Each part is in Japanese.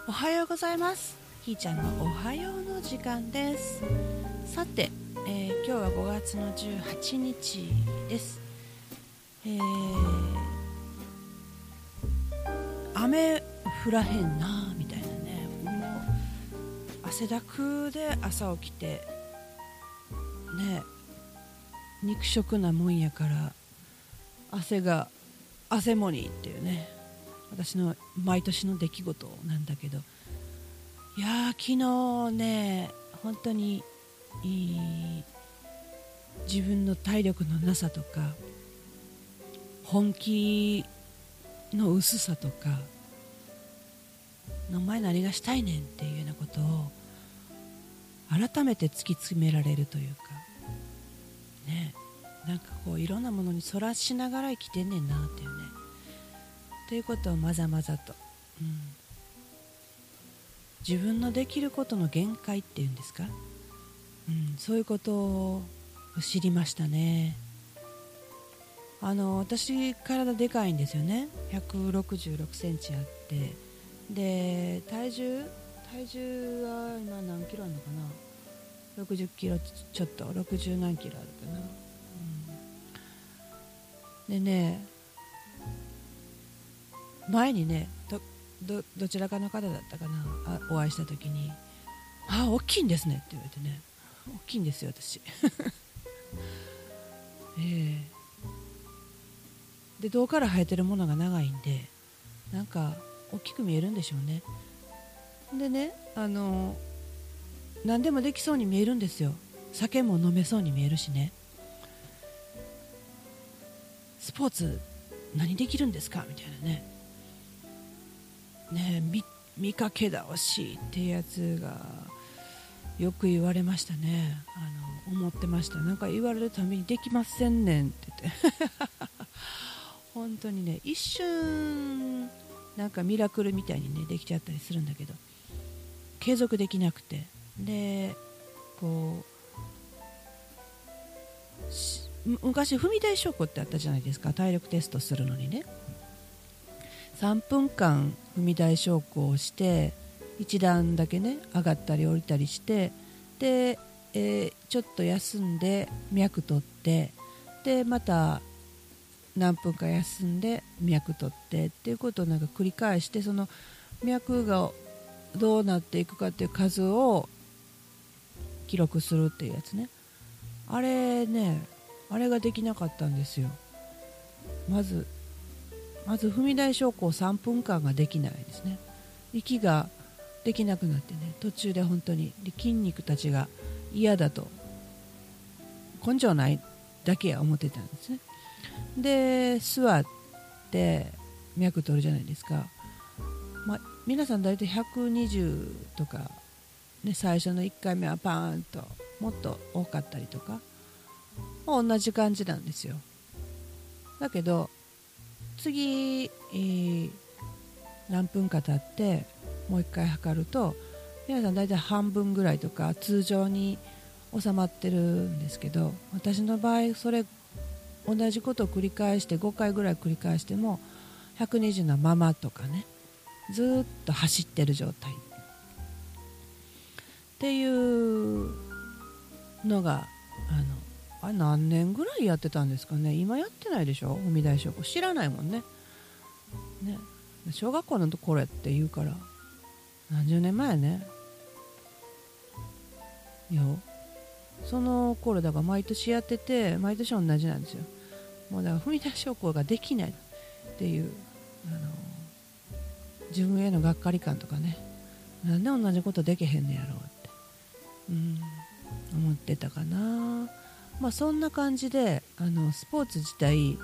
おはようございます。ひーちゃんのおはようの時間です。さて、今日は5月の18日です。雨降らへんなみたいなね。もう汗だくで朝起きてね、肉食なもんやから汗もにっていうね、私の毎年の出来事なんだけど、いや昨日ね本当に自分の体力のなさとか本気の薄さとか、お前何がしたいねんっていうようなことを改めて突き詰められるというかね、なんかこういろんなものにそらしながら生きてんねんなっていうね、ということをまざまざと、自分のできることの限界っていうんですか、そういうことを知りましたね。私体でかいんですよね。166センチあって、で体重は今何キロあるのかな、60キロちょっと、60何キロあるかな、でね、前にねどちらかの方だったかな、お会いした時に大きいんですねって言われてね、大きいんですよ私で胴から生えてるものが長いんでなんか大きく見えるんでしょうね。でね、何でもできそうに見えるんですよ。酒も飲めそうに見えるしね。スポーツ何できるんですかみたいなね、見かけ倒しってやつがよく言われましたね。思ってました。なんか言われるたびにできませんねんって言って本当にね、一瞬なんかミラクルみたいにねできちゃったりするんだけど継続できなくて、でこう昔踏み台昇降ってあったじゃないですか。体力テストするのにね、3分間踏み台昇降をして1段だけね上がったり降りたりして、で、ちょっと休んで脈取って、でまた何分か休んで脈取ってっていうことをなんか繰り返して、その脈がどうなっていくかっていう数を記録するっていうやつね。あれができなかったんですよ。まず踏み台昇降3分間ができないですね。息ができなくなってね、途中で本当に筋肉たちが嫌だと、根性ないだけや思ってたんですね。で座って脈取るじゃないですか。皆さん大体120とか、ね、最初の1回目はパーンともっと多かったりとか、同じ感じなんですよ。だけど次、何分か経ってもう1回測ると皆さん大体半分ぐらいとか通常に収まってるんですけど、私の場合それ同じことを繰り返して5回ぐらい繰り返しても120のままとかね、ずっと走ってる状態っていうのがあれ何年ぐらいやってたんですかね。今やってないでしょ、踏み台昇降知らないもんね。小学校のところって言うから何十年前ねよ。その頃だから毎年やってて、毎年同じなんですよ。もうだから踏み台昇降ができないっていう自分へのがっかり感とかね、なんで同じことできへんねやろうって、思ってたかな。そんな感じでスポーツ自体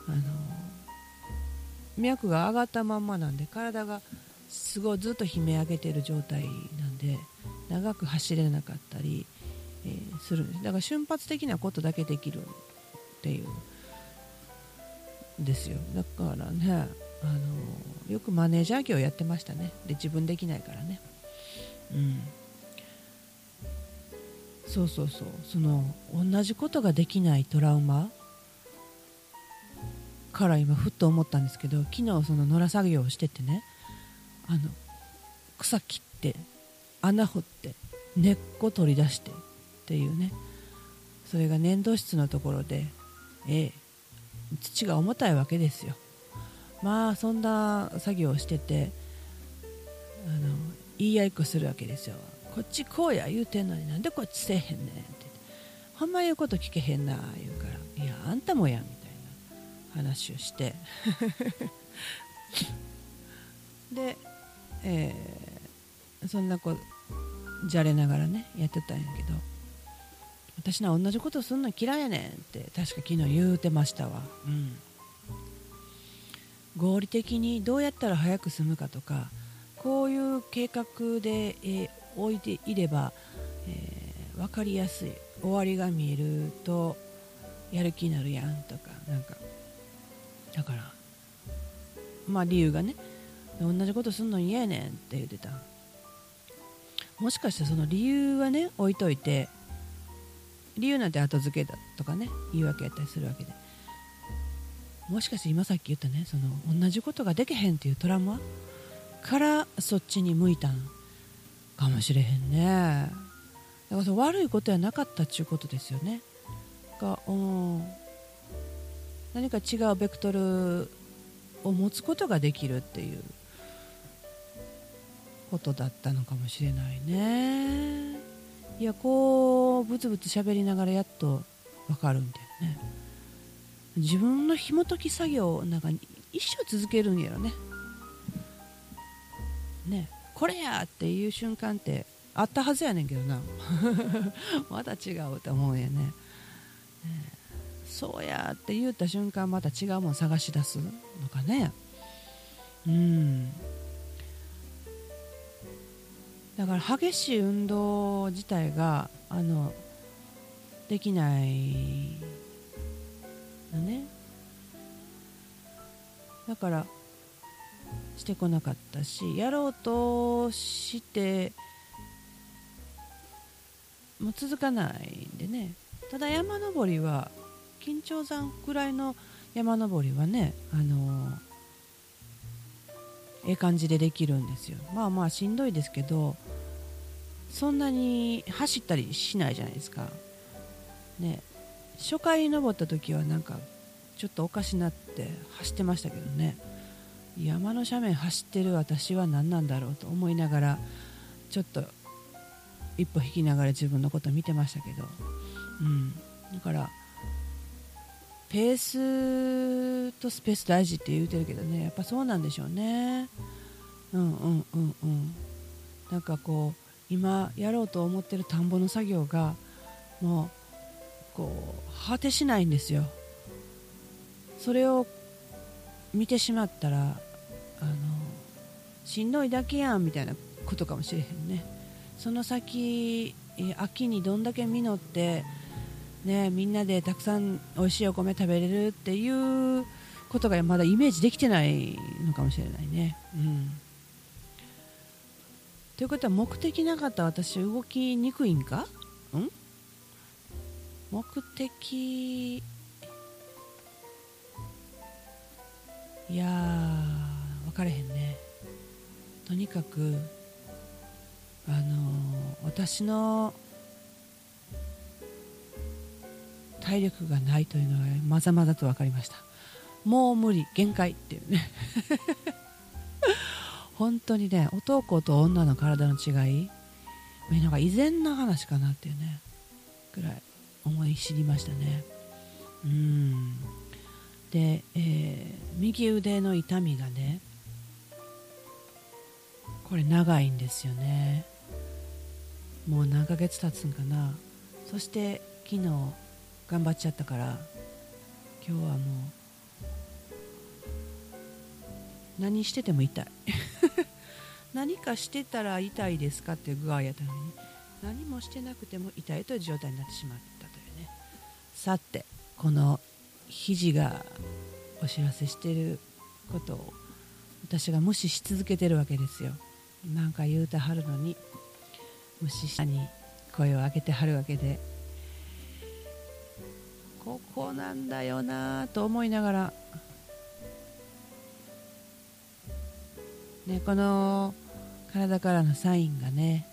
脈が上がったまんまなんで、体がすごいずっと悲鳴上げてる状態なんで長く走れなかったり、するんです。だから瞬発的なことだけできるっていうんですよ。だからねよくマネージャー業やってましたね。で自分できないからね、そうその同じことができないトラウマから今ふっと思ったんですけど、昨日その野良作業をしててね、 草切って穴掘って根っこ取り出してっていうね、それが粘土質のところで、土が重たいわけですよ。まあそんな作業をしてて、言い合いっこするわけですよ。こっちこうや言うてんのになんでこっちせえへんねんって、ほんま言うこと聞けへんな言うから、いやあんたもやみたいな話をしてで、そんなこじゃれながらねやってたんやけど、私な同じことすんの嫌いやねんって確か昨日言うてましたわ。合理的にどうやったら早く済むかとか、こういう計画で、置いていれば、分かりやすい、終わりが見えるとやる気になるやんとか、なんかだからまあ理由がね、同じことすんの嫌やねんって言ってた。もしかしてその理由はね置いといて、理由なんて後付けだとかね言い訳やったりするわけで、もしかして今さっき言ったね、その同じことができへんっていうトラウマからそっちに向いたんかもしれへんね。だから悪いことやなかったっていうことですよね。何か違うベクトルを持つことができるっていうことだったのかもしれないね。いや、こうブツブツ喋りながらやっと分かるみたいなね。自分の紐解き作業なんか一生続けるんやろね。ね、これやっていう瞬間ってあったはずやねんけどなまた違うと思うんやね。そうやって言った瞬間また違うもん探し出すのかね。だから激しい運動自体ができないのね。だからしてこなかったし、やろうとしても続かないんでね。ただ山登りは緊張山くらいの山登りはね、感じでできるんですよ。まあまあしんどいですけど、そんなに走ったりしないじゃないですかね。初回登った時はなんかちょっとおかしなって走ってましたけどね。山の斜面走ってる私は何なんだろうと思いながら、ちょっと一歩引きながら自分のことを見てましたけど、だからペースとスペース大事って言うてるけどね、やっぱそうなんでしょうね。なんかこう今やろうと思ってる田んぼの作業がもうこう果てしないんですよ。それを見てしまったらしんどいだけやんみたいなことかもしれへんね。その先、秋にどんだけ実ってね、みんなでたくさん美味しいお米食べれるっていうことがまだイメージできてないのかもしれないね。ということは目的なかった私動きにくいんか？目的、いやー分かれへんね。とにかく私の体力がないというのはまざまざと分かりました。もう無理、限界っていうね本当にね、男と女の体の違い、なんか以前の話かなっていうねぐらい思い知りましたね。で、右腕の痛みがね、これ長いんですよね。もう何ヶ月経つんかな。そして昨日頑張っちゃったから、今日はもう何してても痛い何かしてたら痛いですかっていう具合やったのに、何もしてなくても痛いという状態になってしまったというね。さて、この肘がお知らせしていることを私が無視し続けてるわけですよ。なんか言うてはるのに無視したに声を上げてはるわけで、ここなんだよなと思いながら、ね、この体からのサインがね、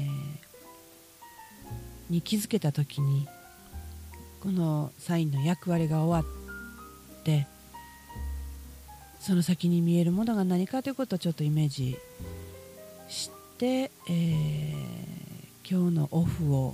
に気づけた時にこのサインの役割が終わってその先に見えるものが何かということをちょっとイメージして、今日のオフ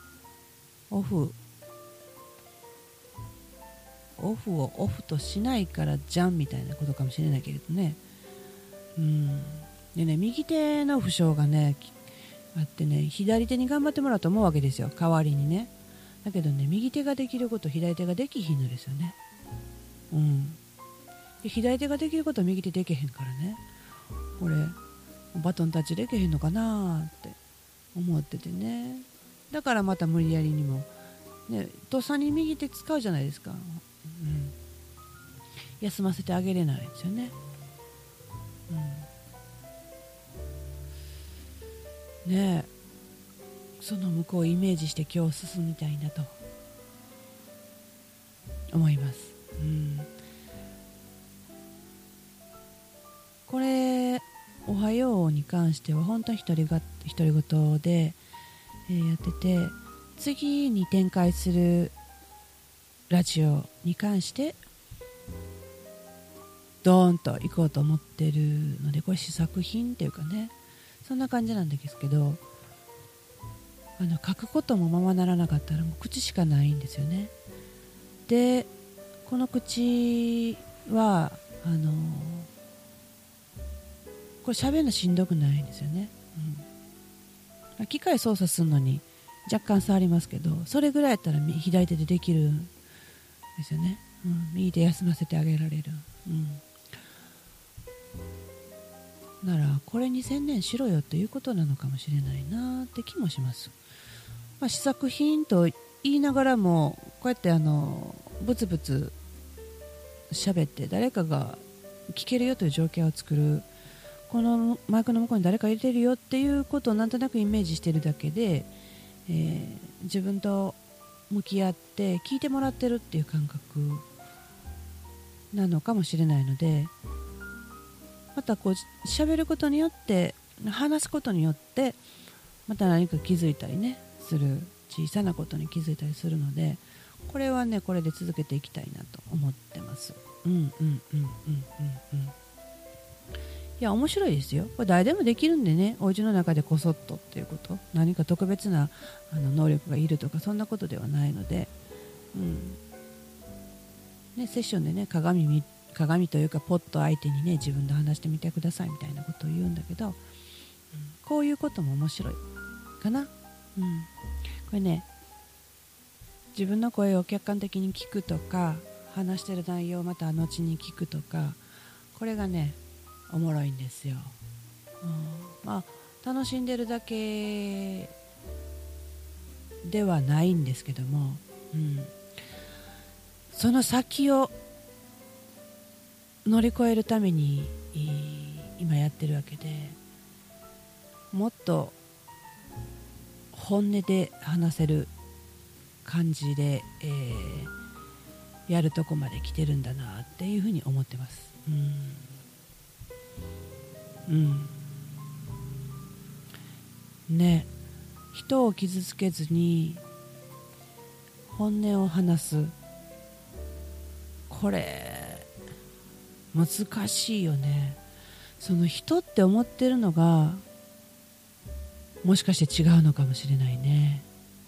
をオフとしないからじゃんみたいなことかもしれないけれどね。でね、右手の負傷がねあってね、左手に頑張ってもらうと思うわけですよ、代わりにね。だけどね、右手ができること左手ができひんのですよね。で左手ができること右手できへんからね、これバトンタッチできへんのかなって思っててね。だからまた無理やりにもね、とっさに右手使うじゃないですか。休ませてあげれないんですよね。ねえ、その向こうをイメージして今日進みたいなと思います。これおはように関しては本当に独り言で、やってて、次に展開するラジオに関してドーンと行こうと思ってるので、これ試作品っていうかね、そんな感じなんですけど、書くこともままならなかったらもう口しかないんですよね。でこの口はこれ喋るのしんどくないんですよね。機械操作するのに若干差ありますけど、それぐらいやったら左手でできるんですよね。右手休ませてあげられる。ならこれに専念しろよということなのかもしれないなって気もします。試作品と言いながらもこうやってブツブツ喋って誰かが聞けるよという状況を作る、このマイクの向こうに誰か入れてるよっていうことをなんとなくイメージしてるだけで、自分と向き合って聞いてもらってるっていう感覚なのかもしれないので、またこう喋ることによって話すことによってまた何か気づいたりねする、小さなことに気づいたりするので、これはねこれで続けていきたいなと思ってます。いや面白いですよ。これ誰でもできるんでね、お家の中でこそっとっていうこと、何か特別な能力がいるとかそんなことではないので、セッションでね鏡というかポット相手にね自分で話してみてくださいみたいなことを言うんだけど、こういうことも面白いかな。これね、自分の声を客観的に聞くとか話してる内容をまた後に聞くとか、これがねおもろいんですよ。楽しんでるだけではないんですけども、その先を乗り越えるために今やってるわけで、もっと本音で話せる感じで、やるとこまで来てるんだなっていうふうに思ってます。ね、人を傷つけずに本音を話す、これ難しいよね。その人って思ってるのがもしかして違うのかもしれないね。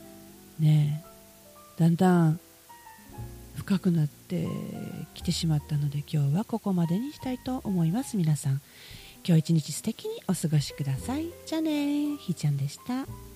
だんだん深くなってきてしまったので、今日はここまでにしたいと思います。皆さん今日一日素敵にお過ごしください。じゃあね、ひーちゃんでした。